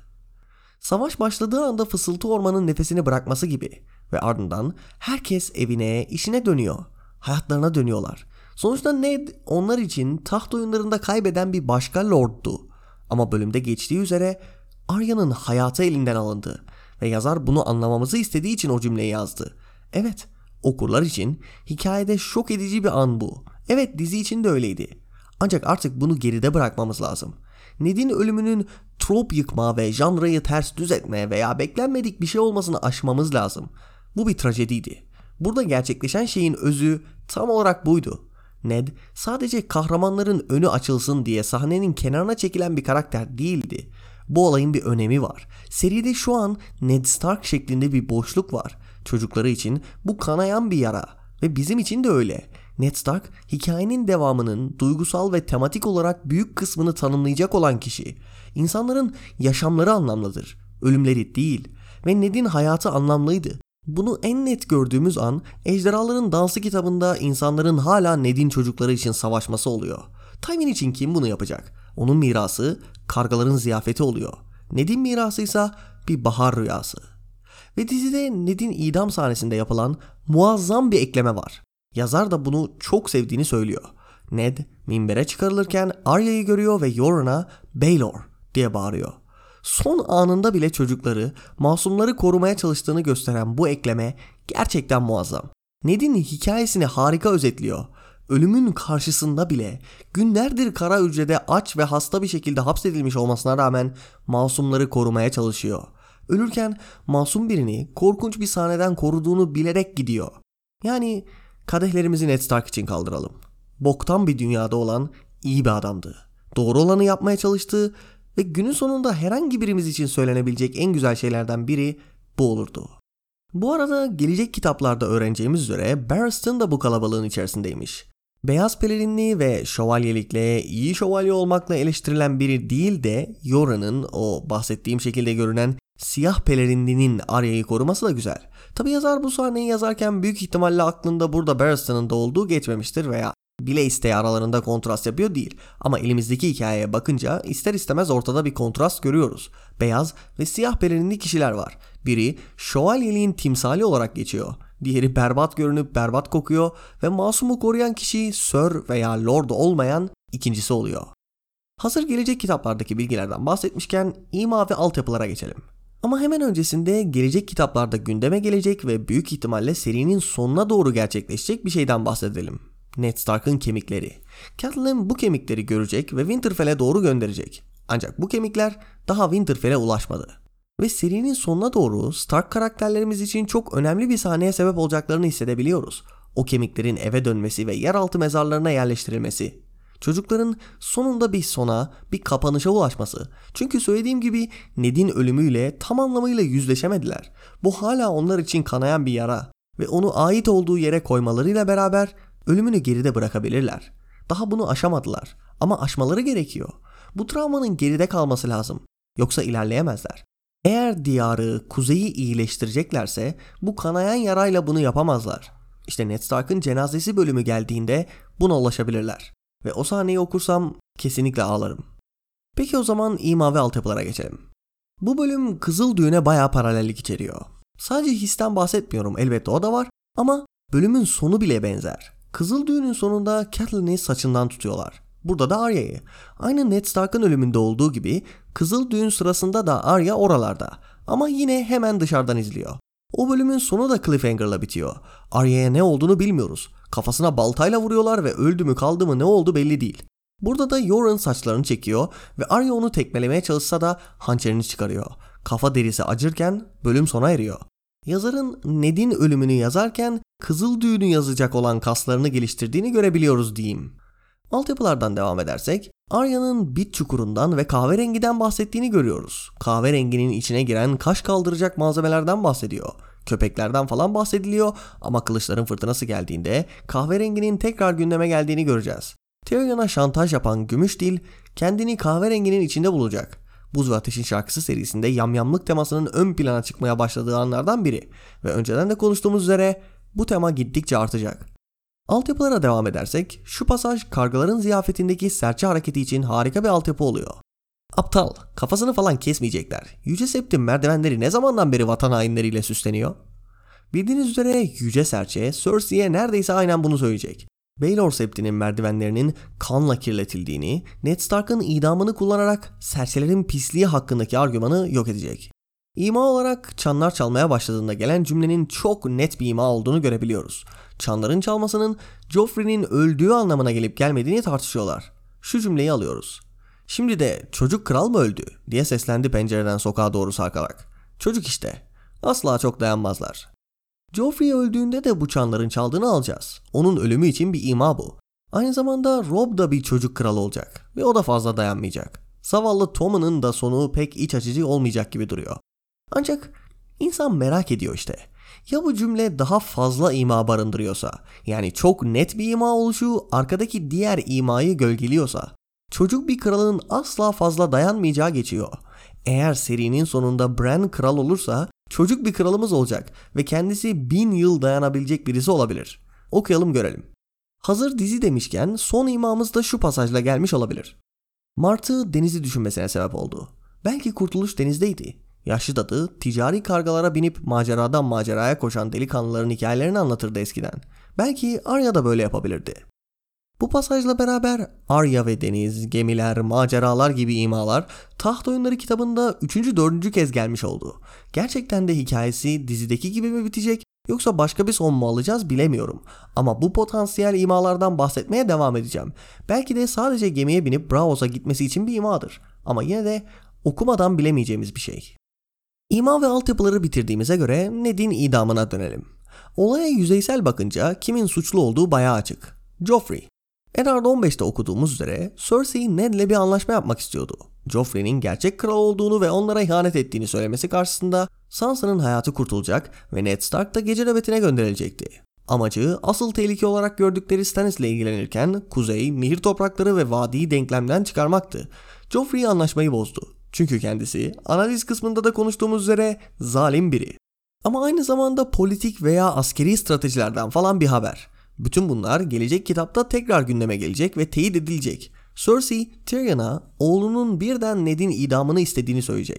Savaş başladığı anda fısıltı ormanın nefesini bırakması gibi ve ardından herkes evine, işine dönüyor. Hayatlarına dönüyorlar. Sonuçta Ned onlar için taht oyunlarında kaybeden bir başka lorddu. Ama bölümde geçtiği üzere Arya'nın hayatı elinden alındı ve yazar bunu anlamamızı istediği için o cümleyi yazdı. Evet, okurlar için hikayede şok edici bir an bu. Evet, dizi için de öyleydi. Ancak artık bunu geride bırakmamız lazım. Ned'in ölümünün trop yıkma ve janrayı ters düz etme veya beklenmedik bir şey olmasını aşmamız lazım. Bu bir trajediydi. Burada gerçekleşen şeyin özü tam olarak buydu. Ned sadece kahramanların önü açılsın diye sahnenin kenarına çekilen bir karakter değildi. Bu olayın bir önemi var. Seride şu an Ned Stark şeklinde bir boşluk var. Çocukları için bu kanayan bir yara ve bizim için de öyle. Ned Stark hikayenin devamının duygusal ve tematik olarak büyük kısmını tanımlayacak olan kişi. İnsanların yaşamları anlamlıdır, ölümleri değil ve Ned'in hayatı anlamlıydı. Bunu en net gördüğümüz an Ejderhaların Dansı kitabında insanların hala Ned'in çocukları için savaşması oluyor. Tywin için kim bunu yapacak? Onun mirası kargaların ziyafeti oluyor. Ned'in mirası ise bir bahar rüyası. Ve dizide Ned'in idam sahnesinde yapılan muazzam bir ekleme var. Yazar da bunu çok sevdiğini söylüyor. Ned minbere çıkarılırken Arya'yı görüyor ve Yoren'a "Baelor" diye bağırıyor. Son anında bile çocukları, masumları korumaya çalıştığını gösteren bu ekleme gerçekten muazzam. Ned'in hikayesini harika özetliyor. Ölümün karşısında bile günlerdir kara hücrede aç ve hasta bir şekilde hapsedilmiş olmasına rağmen masumları korumaya çalışıyor. Ölürken masum birini korkunç bir sahneden koruduğunu bilerek gidiyor. Yani kadehlerimizi Ned Stark için kaldıralım. Boktan bir dünyada olan iyi bir adamdı. Doğru olanı yapmaya çalıştı ve günün sonunda herhangi birimiz için söylenebilecek en güzel şeylerden biri bu olurdu. Bu arada gelecek kitaplarda öğreneceğimiz üzere Barristan da bu kalabalığın içerisindeymiş. Beyaz pelerinli ve şövalyelikle, iyi şövalye olmakla eleştirilen biri değil de Yoren'ın o bahsettiğim şekilde görünen siyah pelerinlinin Arya'yı koruması da güzel. Tabi yazar bu sahneyi yazarken büyük ihtimalle aklında burada Barristan'ın da olduğu geçmemiştir veya bile isteye aralarında kontrast yapıyor değil. Ama elimizdeki hikayeye bakınca ister istemez ortada bir kontrast görüyoruz. Beyaz ve siyah pelerinli kişiler var. Biri şövalyeliğin timsali olarak geçiyor. Diğeri berbat görünüp berbat kokuyor ve masumu koruyan kişi Sir veya Lord olmayan ikincisi oluyor. Hazır gelecek kitaplardaki bilgilerden bahsetmişken ima ve altyapılara geçelim. Ama hemen öncesinde gelecek kitaplarda gündeme gelecek ve büyük ihtimalle serinin sonuna doğru gerçekleşecek bir şeyden bahsedelim. Ned Stark'ın kemikleri. Catelyn bu kemikleri görecek ve Winterfell'e doğru gönderecek. Ancak bu kemikler daha Winterfell'e ulaşmadı. Ve serinin sonuna doğru Stark karakterlerimiz için çok önemli bir sahneye sebep olacaklarını hissedebiliyoruz. O kemiklerin eve dönmesi ve yeraltı mezarlarına yerleştirilmesi. Çocukların sonunda bir sona, bir kapanışa ulaşması. Çünkü söylediğim gibi Ned'in ölümüyle tam anlamıyla yüzleşemediler. Bu hala onlar için kanayan bir yara ve onu ait olduğu yere koymalarıyla beraber ölümünü geride bırakabilirler. Daha bunu aşamadılar ama aşmaları gerekiyor. Bu travmanın geride kalması lazım. Yoksa ilerleyemezler. Eğer diyarı, kuzeyi iyileştireceklerse bu kanayan yarayla bunu yapamazlar. İşte Ned Stark'ın cenazesi bölümü geldiğinde buna ulaşabilirler. Ve o sahneyi okursam kesinlikle ağlarım. Peki o zaman ima ve altyapılara geçelim. Bu bölüm Kızıl Düğün'e bayağı paralellik içeriyor. Sadece histen bahsetmiyorum, elbette o da var ama bölümün sonu bile benzer. Kızıl Düğün'ün sonunda Catelyn'i saçından tutuyorlar. Burada da Arya'yı. Aynı Ned Stark'ın ölümünde olduğu gibi Kızıl Düğün sırasında da Arya oralarda. Ama yine hemen dışarıdan izliyor. O bölümün sonu da cliffhanger'la bitiyor. Arya'ya ne olduğunu bilmiyoruz. Kafasına baltayla vuruyorlar ve öldü mü kaldı mı ne oldu belli değil. Burada da Yoren saçlarını çekiyor ve Arya onu tekmelemeye çalışsa da hançerini çıkarıyor. Kafa derisi acırken bölüm sona eriyor. Yazarın Ned'in ölümünü yazarken Kızıl Düğün'ü yazacak olan kaslarını geliştirdiğini görebiliyoruz diyeyim. Altyapılardan devam edersek Arya'nın bit çukurundan ve kahverengiden bahsettiğini görüyoruz. Kahverenginin içine giren kaş kaldıracak malzemelerden bahsediyor. Köpeklerden falan bahsediliyor ama kılıçların fırtınası geldiğinde kahverenginin tekrar gündeme geldiğini göreceğiz. Tyrion'a şantaj yapan Gümüşdil kendini kahverenginin içinde bulacak. Buz ve Ateş'in şarkısı serisinde yamyamlık temasının ön plana çıkmaya başladığı anlardan biri ve önceden de konuştuğumuz üzere bu tema gittikçe artacak. Altyapılara devam edersek şu pasaj kargaların ziyafetindeki serçe hareketi için harika bir altyapı oluyor. Aptal, kafasını falan kesmeyecekler. Yüce Septim merdivenleri ne zamandan beri vatan hainleriyle süsleniyor? Bildiğiniz üzere Yüce Serçe Cersei'ye neredeyse aynen bunu söyleyecek. Baelor Septi'nin merdivenlerinin kanla kirletildiğini, Ned Stark'ın idamını kullanarak serçelerin pisliği hakkındaki argümanı yok edecek. İma olarak çanlar çalmaya başladığında gelen cümlenin çok net bir ima olduğunu görebiliyoruz. Çanların çalmasının Joffrey'nin öldüğü anlamına gelip gelmediğini tartışıyorlar. Şu cümleyi alıyoruz. Şimdi de çocuk kral mı öldü diye seslendi pencereden sokağa doğru sarkarak. Çocuk işte. Asla çok dayanmazlar. Joffrey öldüğünde de bu çanların çaldığını alacağız. Onun ölümü için bir ima bu. Aynı zamanda Robb da bir çocuk kral olacak ve o da fazla dayanmayacak. Zavallı Tommen'ın da sonu pek iç açıcı olmayacak gibi duruyor. Ancak insan merak ediyor işte. Ya bu cümle daha fazla ima barındırıyorsa, yani çok net bir ima oluşu arkadaki diğer imayı gölgeliyorsa, çocuk bir kralın asla fazla dayanmayacağı geçiyor. Eğer serinin sonunda Bran kral olursa çocuk bir kralımız olacak ve kendisi 1000 yıl dayanabilecek birisi olabilir. Okuyalım görelim. Hazır dizi demişken son imamız da şu pasajla gelmiş olabilir. Martı denizi düşünmesine sebep oldu. Belki kurtuluş denizdeydi. Yaşlı dadı ticari kargalara binip maceradan maceraya koşan delikanlıların hikayelerini anlatırdı eskiden. Belki Arya da böyle yapabilirdi. Bu pasajla beraber Arya ve deniz, gemiler, maceralar gibi imalar Taht Oyunları kitabında 3. 4. kez gelmiş oldu. Gerçekten de hikayesi dizideki gibi mi bitecek yoksa başka bir son mu alacağız bilemiyorum. Ama bu potansiyel imalardan bahsetmeye devam edeceğim. Belki de sadece gemiye binip Braavos'a gitmesi için bir imadır. Ama yine de okumadan bilemeyeceğimiz bir şey. İma ve altyapıları bitirdiğimize göre Ned'in idamına dönelim. Olaya yüzeysel bakınca kimin suçlu olduğu bayağı açık. Joffrey. Eddard 15'te okuduğumuz üzere Cersei Ned'le bir anlaşma yapmak istiyordu. Joffrey'nin gerçek kral olduğunu ve onlara ihanet ettiğini söylemesi karşısında Sansa'nın hayatı kurtulacak ve Ned Stark da gece nöbetine gönderilecekti. Amacı asıl tehlike olarak gördükleri Stannis'le ilgilenirken kuzey, nehir toprakları ve vadiyi denklemden çıkarmaktı. Joffrey anlaşmayı bozdu. Çünkü kendisi analiz kısmında da konuştuğumuz üzere zalim biri. Ama aynı zamanda politik veya askeri stratejilerden falan bir haber. Bütün bunlar gelecek kitapta tekrar gündeme gelecek ve teyit edilecek. Cersei, Tyrion'a oğlunun birden Ned'in idamını istediğini söyleyecek.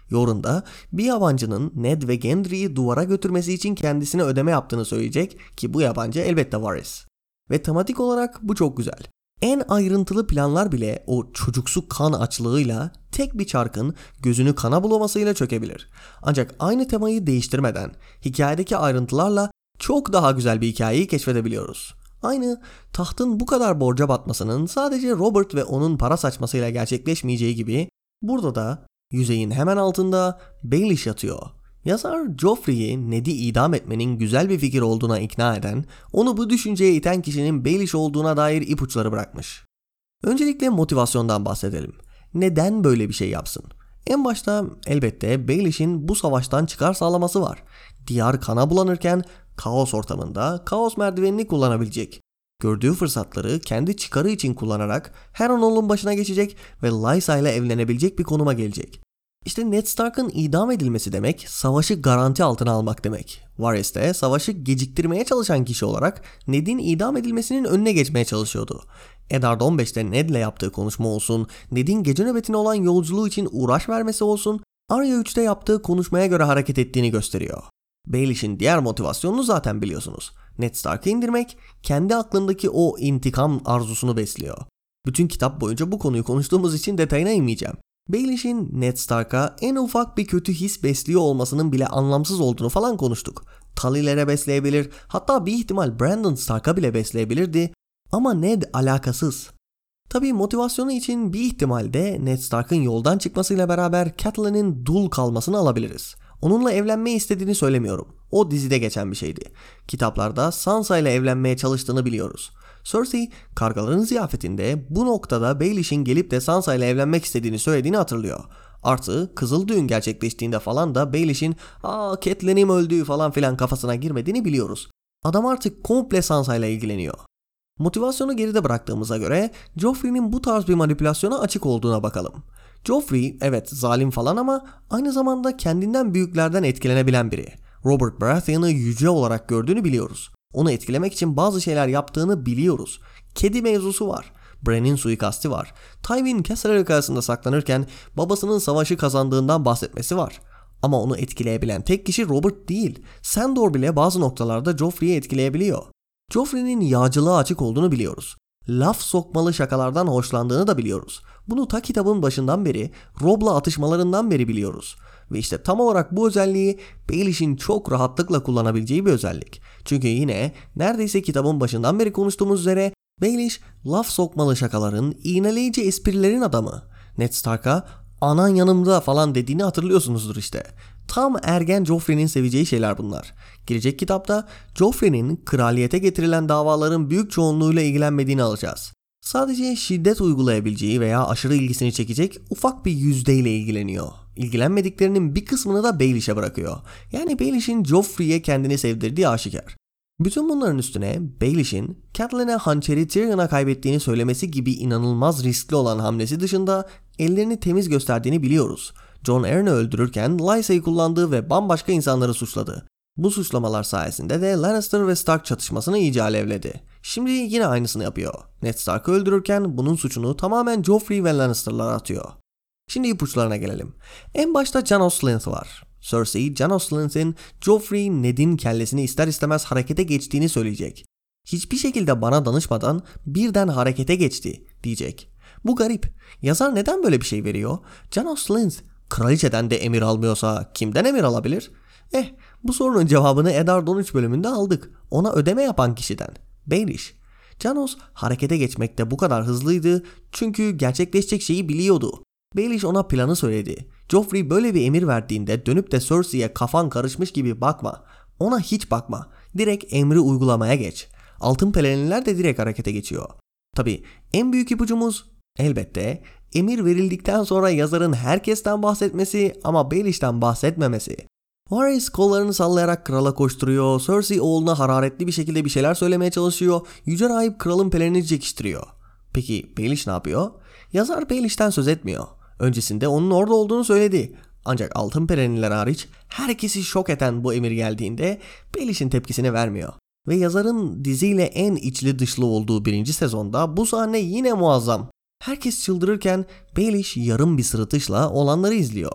Yoren da bir yabancının Ned ve Gendry'yi duvara götürmesi için kendisine ödeme yaptığını söyleyecek ki bu yabancı elbette Varys. Ve tematik olarak bu çok güzel. En ayrıntılı planlar bile o çocuksu kan açlığıyla tek bir çarkın gözünü kana bulamasıyla çökebilir. Ancak aynı temayı değiştirmeden hikayedeki ayrıntılarla çok daha güzel bir hikayeyi keşfedebiliyoruz. Aynı tahtın bu kadar borca batmasının sadece Robert ve onun para saçmasıyla gerçekleşmeyeceği gibi burada da yüzeyin hemen altında Baelish yatıyor. Yazar Joffrey'i Ned'i idam etmenin güzel bir fikir olduğuna ikna eden, onu bu düşünceye iten kişinin Baelish olduğuna dair ipuçları bırakmış. Öncelikle motivasyondan bahsedelim. Neden böyle bir şey yapsın? En başta elbette Baelish'in bu savaştan çıkar sağlaması var. Diyar kana bulanırken kaos ortamında kaos merdivenini kullanabilecek. Gördüğü fırsatları kendi çıkarı için kullanarak Harrenhal'ın başına geçecek ve Lysa ile evlenebilecek bir konuma gelecek. İşte Ned Stark'ın idam edilmesi demek, savaşı garanti altına almak demek. Varys de savaşı geciktirmeye çalışan kişi olarak Ned'in idam edilmesinin önüne geçmeye çalışıyordu. Eddard 15'te Ned'le yaptığı konuşma olsun, Ned'in gece nöbetine olan yolculuğu için uğraş vermesi olsun, Arya 3'te yaptığı konuşmaya göre hareket ettiğini gösteriyor. Baelish'in diğer motivasyonunu zaten biliyorsunuz. Ned Stark'ı indirmek, kendi aklındaki o intikam arzusunu besliyor. Bütün kitap boyunca bu konuyu konuştuğumuz için detayına inmeyeceğim. Baelish'in Ned Stark'a en ufak bir kötü his besliyor olmasının bile anlamsız olduğunu falan konuştuk. Tully'lere besleyebilir, hatta bir ihtimal Brandon Stark'a bile besleyebilirdi ama Ned alakasız. Tabii motivasyonu için bir ihtimalde Ned Stark'ın yoldan çıkmasıyla beraber Catelyn'in dul kalmasını alabiliriz. Onunla evlenmeyi istediğini söylemiyorum. O dizide geçen bir şeydi. Kitaplarda Sansa ile evlenmeye çalıştığını biliyoruz. Cersei, kargaların ziyafetinde bu noktada Baelish'in gelip de Sansa ile evlenmek istediğini söylediğini hatırlıyor. Artı kızıl düğün gerçekleştiğinde falan da Baelish'in Catelyn'im öldü falan filan kafasına girmediğini biliyoruz. Adam artık komple Sansa ile ilgileniyor. Motivasyonu geride bıraktığımıza göre Joffrey'nin bu tarz bir manipülasyona açık olduğuna bakalım. Joffrey evet zalim falan ama aynı zamanda kendinden büyüklerden etkilenebilen biri. Robert Baratheon'ı yüce olarak gördüğünü biliyoruz. Onu etkilemek için bazı şeyler yaptığını biliyoruz. Kedi mevzusu var. Bran'in suikasti var. Tywin Casterly arasında saklanırken babasının savaşı kazandığından bahsetmesi var. Ama onu etkileyebilen tek kişi Robert değil. Sandor bile bazı noktalarda Joffrey'i etkileyebiliyor. Joffrey'nin yağcılığa açık olduğunu biliyoruz. Laf sokmalı şakalardan hoşlandığını da biliyoruz. Bunu ta kitabın başından beri, Robb'la atışmalarından beri biliyoruz. Ve işte tam olarak bu özelliği Baelish'in çok rahatlıkla kullanabileceği bir özellik. Çünkü yine neredeyse kitabın başından beri konuştuğumuz üzere Baelish laf sokmalı şakaların, iğneleyici esprilerin adamı. Ned Stark'a anan yanımda falan dediğini hatırlıyorsunuzdur işte. Tam ergen Joffrey'nin seveceği şeyler bunlar. Gelecek kitapta Joffrey'nin kraliyete getirilen davaların büyük çoğunluğuyla ilgilenmediğini alacağız. Sadece şiddet uygulayabileceği veya aşırı ilgisini çekecek ufak bir yüzdeyle ilgileniyor. İlgilenmediklerinin bir kısmını da Baelish'e bırakıyor. Yani Baelish'in Joffrey'e kendini sevdirdiği aşikar. Bütün bunların üstüne Baelish'in Catelyn'e hançeri Tyrion'a kaybettiğini söylemesi gibi inanılmaz riskli olan hamlesi dışında ellerini temiz gösterdiğini biliyoruz. Jon Arryn'i öldürürken Lysa'yı kullandığı ve bambaşka insanları suçladı. Bu suçlamalar sayesinde de Lannister ve Stark çatışmasını iyice alevledi. Şimdi yine aynısını yapıyor. Ned Stark'ı öldürürken bunun suçunu tamamen Joffrey ve Lannister'lara atıyor. Şimdi ipuçlarına gelelim. En başta Janos Slynt var. Cersei, Janos Slynt'in Joffrey, Ned'in kellesini ister istemez harekete geçtiğini söyleyecek. Hiçbir şekilde bana danışmadan birden harekete geçti diyecek. Bu garip. Yazar neden böyle bir şey veriyor? Janos Slynt kraliçeden de emir almıyorsa kimden emir alabilir? Bu sorunun cevabını Eddard 13 bölümünde aldık. Ona ödeme yapan kişiden. Baelish. Janos harekete geçmekte bu kadar hızlıydı çünkü gerçekleşecek şeyi biliyordu. Baelish ona planı söyledi. Joffrey böyle bir emir verdiğinde dönüp de Cersei'ye kafan karışmış gibi bakma. Ona hiç bakma. Direkt emri uygulamaya geç. Altın pelerinliler de direkt harekete geçiyor. Tabii en büyük ipucumuz elbette emir verildikten sonra yazarın herkesten bahsetmesi ama Baelish'ten bahsetmemesi. Varys kollarını sallayarak krala koşturuyor. Cersei oğluna hararetli bir şekilde bir şeyler söylemeye çalışıyor. Yüce Rahip kralın pelerini çekiştiriyor. Peki Baelish ne yapıyor? Yazar Baelish'ten söz etmiyor. Öncesinde onun orada olduğunu söyledi. Ancak altın perenniler hariç herkesi şok eden bu emir geldiğinde Baelish'in tepkisini vermiyor. Ve yazarın diziyle en içli dışlı olduğu 1. sezonda bu sahne yine muazzam. Herkes çıldırırken Baelish yarım bir sırıtışla olanları izliyor.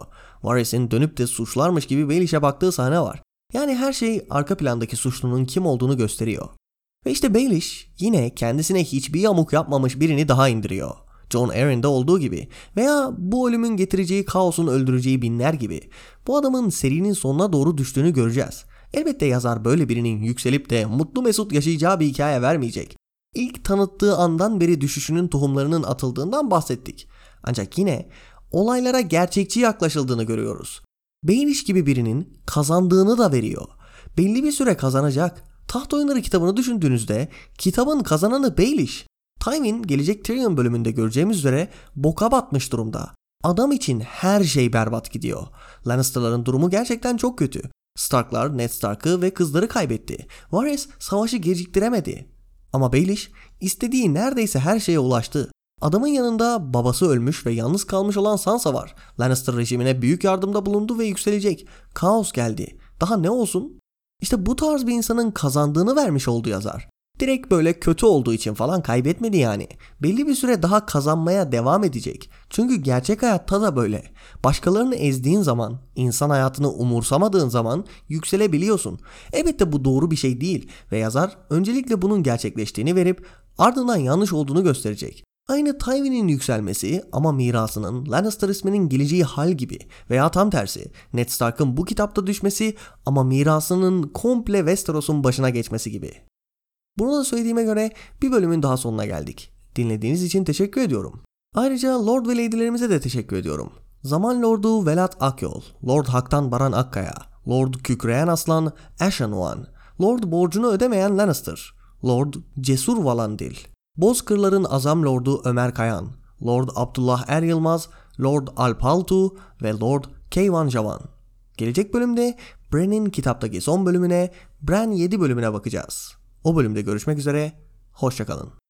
Varys'in dönüp de suçlarmış gibi Baelish'e baktığı sahne var. Yani her şey arka plandaki suçlunun kim olduğunu gösteriyor. Ve işte Baelish yine kendisine hiçbir yamuk yapmamış birini daha indiriyor. Jon Arryn'de olduğu gibi veya bu ölümün getireceği kaosun öldüreceği binler gibi. Bu adamın serinin sonuna doğru düştüğünü göreceğiz. Elbette yazar böyle birinin yükselip de mutlu mesut yaşayacağı bir hikaye vermeyecek. İlk tanıttığı andan beri düşüşünün tohumlarının atıldığından bahsettik. Ancak yine olaylara gerçekçi yaklaşıldığını görüyoruz. Baelish gibi birinin kazandığını da veriyor. Belli bir süre kazanacak. Taht Oyunları kitabını düşündüğünüzde kitabın kazananı Baelish. Tywin gelecek Tyrion bölümünde göreceğimiz üzere boka batmış durumda. Adam için her şey berbat gidiyor. Lannister'ların durumu gerçekten çok kötü. Starklar Ned Stark'ı ve kızları kaybetti. Varys savaşı geciktiremedi. Ama Baelish istediği neredeyse her şeye ulaştı. Adamın yanında babası ölmüş ve yalnız kalmış olan Sansa var. Lannister rejimine büyük yardımda bulundu ve yükselecek. Kaos geldi. Daha ne olsun? İşte bu tarz bir insanın kazandığını vermiş oldu yazar. Direkt böyle kötü olduğu için falan kaybetmedi yani. Belli bir süre daha kazanmaya devam edecek. Çünkü gerçek hayatta da böyle. Başkalarını ezdiğin zaman, insan hayatını umursamadığın zaman yükselebiliyorsun. Elbette bu doğru bir şey değil ve yazar öncelikle bunun gerçekleştiğini verip ardından yanlış olduğunu gösterecek. Aynı Tywin'in yükselmesi ama mirasının Lannister isminin geleceği hal gibi veya tam tersi Ned Stark'ın bu kitapta düşmesi ama mirasının komple Westeros'un başına geçmesi gibi. Bunu da söylediğime göre bir bölümün daha sonuna geldik. Dinlediğiniz için teşekkür ediyorum. Ayrıca Lord ve Lady'lerimize de teşekkür ediyorum. Zaman Lordu Velat Akyol, Lord Hak'tan Baran Akkaya, Lord Kükreyen Aslan Ashen One, Lord Borcunu Ödemeyen Lannister, Lord Cesur Valandil, Bozkırların Azam Lordu Ömer Kayan, Lord Abdullah Er Yılmaz, Lord Alpaltu ve Lord Keyvan Javan. Gelecek bölümde Bran'in kitaptaki son bölümüne, Bran 7 bölümüne bakacağız. O bölümde görüşmek üzere, hoşça kalın.